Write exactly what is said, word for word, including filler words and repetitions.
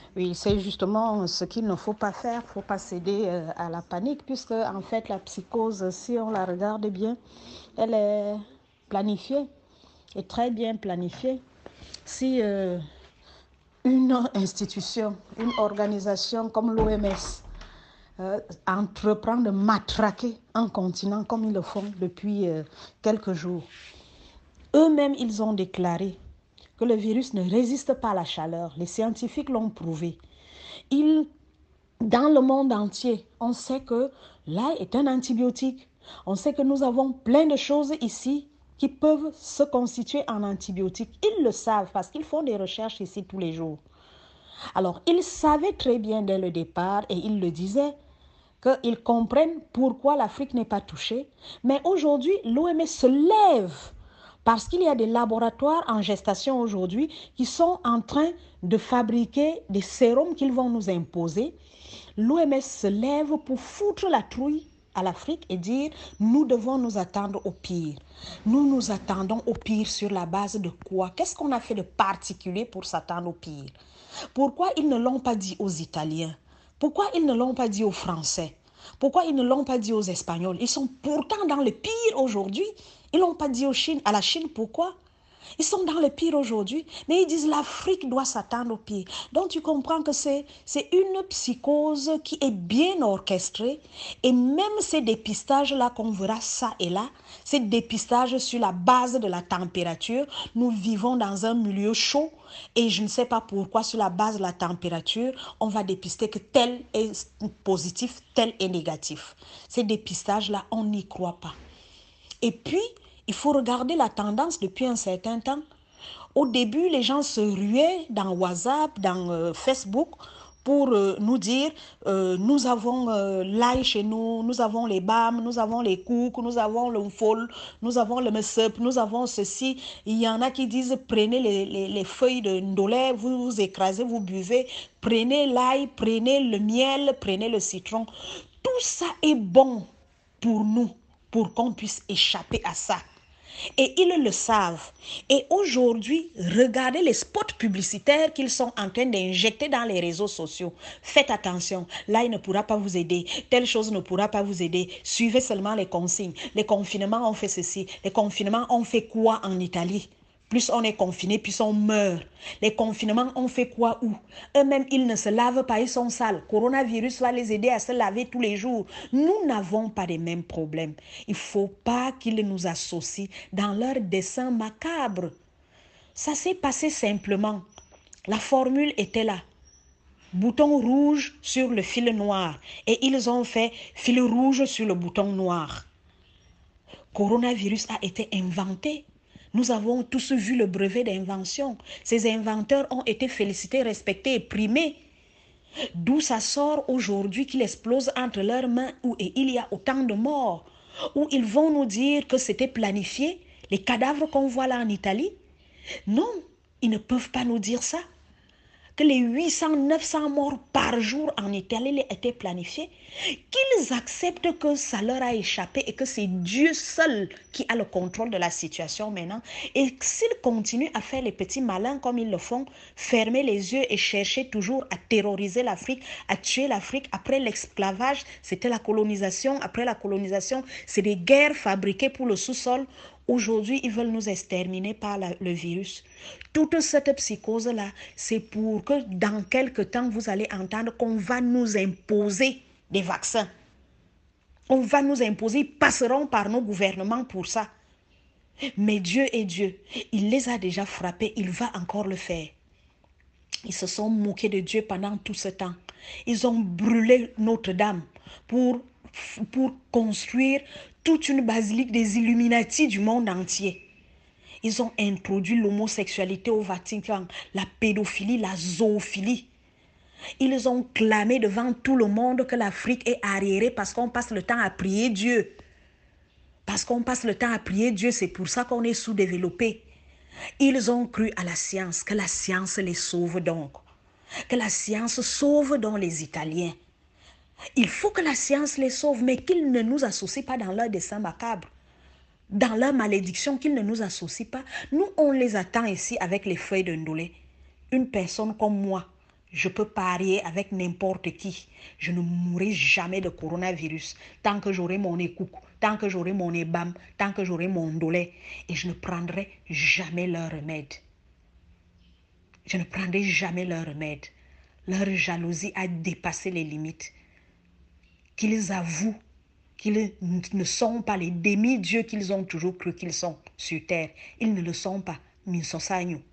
Oui, c'est justement ce qu'il ne faut pas faire. Il ne faut pas céder euh, à la panique, puisque en fait, la psychose, si on la regarde bien, elle est planifiée et très bien planifiée. Si euh, une institution, une organisation comme l'O M S euh, entreprend de matraquer un continent comme ils le font depuis euh, quelques jours, eux-mêmes, ils ont déclaré que le virus ne résiste pas à la chaleur. Les scientifiques l'ont prouvé. Ils, dans le monde entier, on sait que l'ail est un antibiotique. On sait que nous avons plein de choses ici qui peuvent se constituer en antibiotiques. Ils le savent parce qu'ils font des recherches ici tous les jours. Alors, ils savaient très bien dès le départ, et ils le disaient, qu'ils comprennent pourquoi l'Afrique n'est pas touchée. Mais aujourd'hui, l'O M S se lève parce qu'il y a des laboratoires en gestation aujourd'hui qui sont en train de fabriquer des sérums qu'ils vont nous imposer. L'O M S se lève pour foutre la trouille à l'Afrique et dire nous devons nous attendre au pire. Nous nous attendons au pire sur la base de quoi? Qu'est-ce qu'on a fait de particulier pour s'attendre au pire? Pourquoi ils ne l'ont pas dit aux Italiens? Pourquoi ils ne l'ont pas dit aux Français? Pourquoi ils ne l'ont pas dit aux Espagnols? Ils sont pourtant dans le pire aujourd'hui. Ils ne l'ont pas dit aux Chine, à la Chine. Pourquoi? Ils sont dans le pire aujourd'hui, mais ils disent l'Afrique doit s'attendre au pire. Donc tu comprends que c'est une psychose qui est bien orchestrée, et même ces dépistages-là qu'on verra ça et là, ces dépistages sur la base de la température, nous vivons dans un milieu chaud et je ne sais pas pourquoi sur la base de la température, on va dépister que tel est positif, tel est négatif. Ces dépistages-là, on n'y croit pas. Et puis, il faut regarder la tendance depuis un certain temps. Au début, les gens se ruaient dans WhatsApp, dans euh, Facebook, pour euh, nous dire euh, nous avons euh, l'ail chez nous, nous avons les B A M, nous avons les coucs, nous avons le mfol, nous avons le mesep, nous avons ceci. Il y en a qui disent prenez les, les, les feuilles de ndolé, vous, vous écrasez, vous buvez, prenez l'ail, prenez le miel, prenez le citron. Tout ça est bon pour nous, pour qu'on puisse échapper à ça. Et ils le savent. Et aujourd'hui, regardez les spots publicitaires qu'ils sont en train d'injecter dans les réseaux sociaux. Faites attention, là il ne pourra pas vous aider, telle chose ne pourra pas vous aider. Suivez seulement les consignes. Les confinements ont fait ceci. Les confinements ont fait quoi en Italie? Plus on est confiné, plus on meurt. Les confinements ont fait quoi où? Eux-mêmes, ils ne se lavent pas, ils sont sales. Coronavirus va les aider à se laver tous les jours. Nous n'avons pas les mêmes problèmes. Il ne faut pas qu'ils nous associent dans leurs dessins macabres. Ça s'est passé simplement. La formule était là. Bouton rouge sur le fil noir. Et ils ont fait fil rouge sur le bouton noir. Coronavirus a été inventé. Nous avons tous vu le brevet d'invention. Ces inventeurs ont été félicités, respectés et primés. D'où ça sort aujourd'hui qu'il explose entre leurs mains où et il y a autant de morts. Où ils vont nous dire que c'était planifié, les cadavres qu'on voit là en Italie. Non, ils ne peuvent pas nous dire ça. Que les huit cents, neuf cents morts par jour en Italie étaient planifiés, qu'ils acceptent que ça leur a échappé et que c'est Dieu seul qui a le contrôle de la situation maintenant. Et s'ils continuent à faire les petits malins comme ils le font, fermer les yeux et chercher toujours à terroriser l'Afrique, à tuer l'Afrique. Après l'esclavage, c'était la colonisation. Après la colonisation, c'est des guerres fabriquées pour le sous-sol. Aujourd'hui, ils veulent nous exterminer par la, le virus. Toute cette psychose-là, c'est pour que dans quelques temps, vous allez entendre qu'on va nous imposer des vaccins. On va nous imposer, ils passeront par nos gouvernements pour ça. Mais Dieu est Dieu. Il les a déjà frappés, il va encore le faire. Ils se sont moqués de Dieu pendant tout ce temps. Ils ont brûlé Notre-Dame pour, pour construire toute une basilique des Illuminati du monde entier. Ils ont introduit l'homosexualité au Vatican, la pédophilie, la zoophilie. Ils ont clamé devant tout le monde que l'Afrique est arriérée parce qu'on passe le temps à prier Dieu. Parce qu'on passe le temps à prier Dieu, c'est pour ça qu'on est sous-développé. Ils ont cru à la science, que la science les sauve donc. Que la science sauve donc les Italiens. Il faut que la science les sauve, mais qu'ils ne nous associent pas dans leur dessein macabre. Dans leur malédiction, qu'ils ne nous associent pas. Nous, on les attend ici avec les feuilles de ndolé. Une personne comme moi, Je peux parier avec n'importe qui. Je ne mourrai jamais de coronavirus tant que j'aurai mon écouk, tant que j'aurai mon ébam, tant que j'aurai mon dolé. Et je ne prendrai jamais leur remède. Je ne prendrai jamais leur remède. Leur jalousie a dépassé les limites. Qu'ils avouent qu'ils ne sont pas les demi-dieux qu'ils ont toujours cru qu'ils sont sur terre. Ils ne le sont pas. Minsosagno.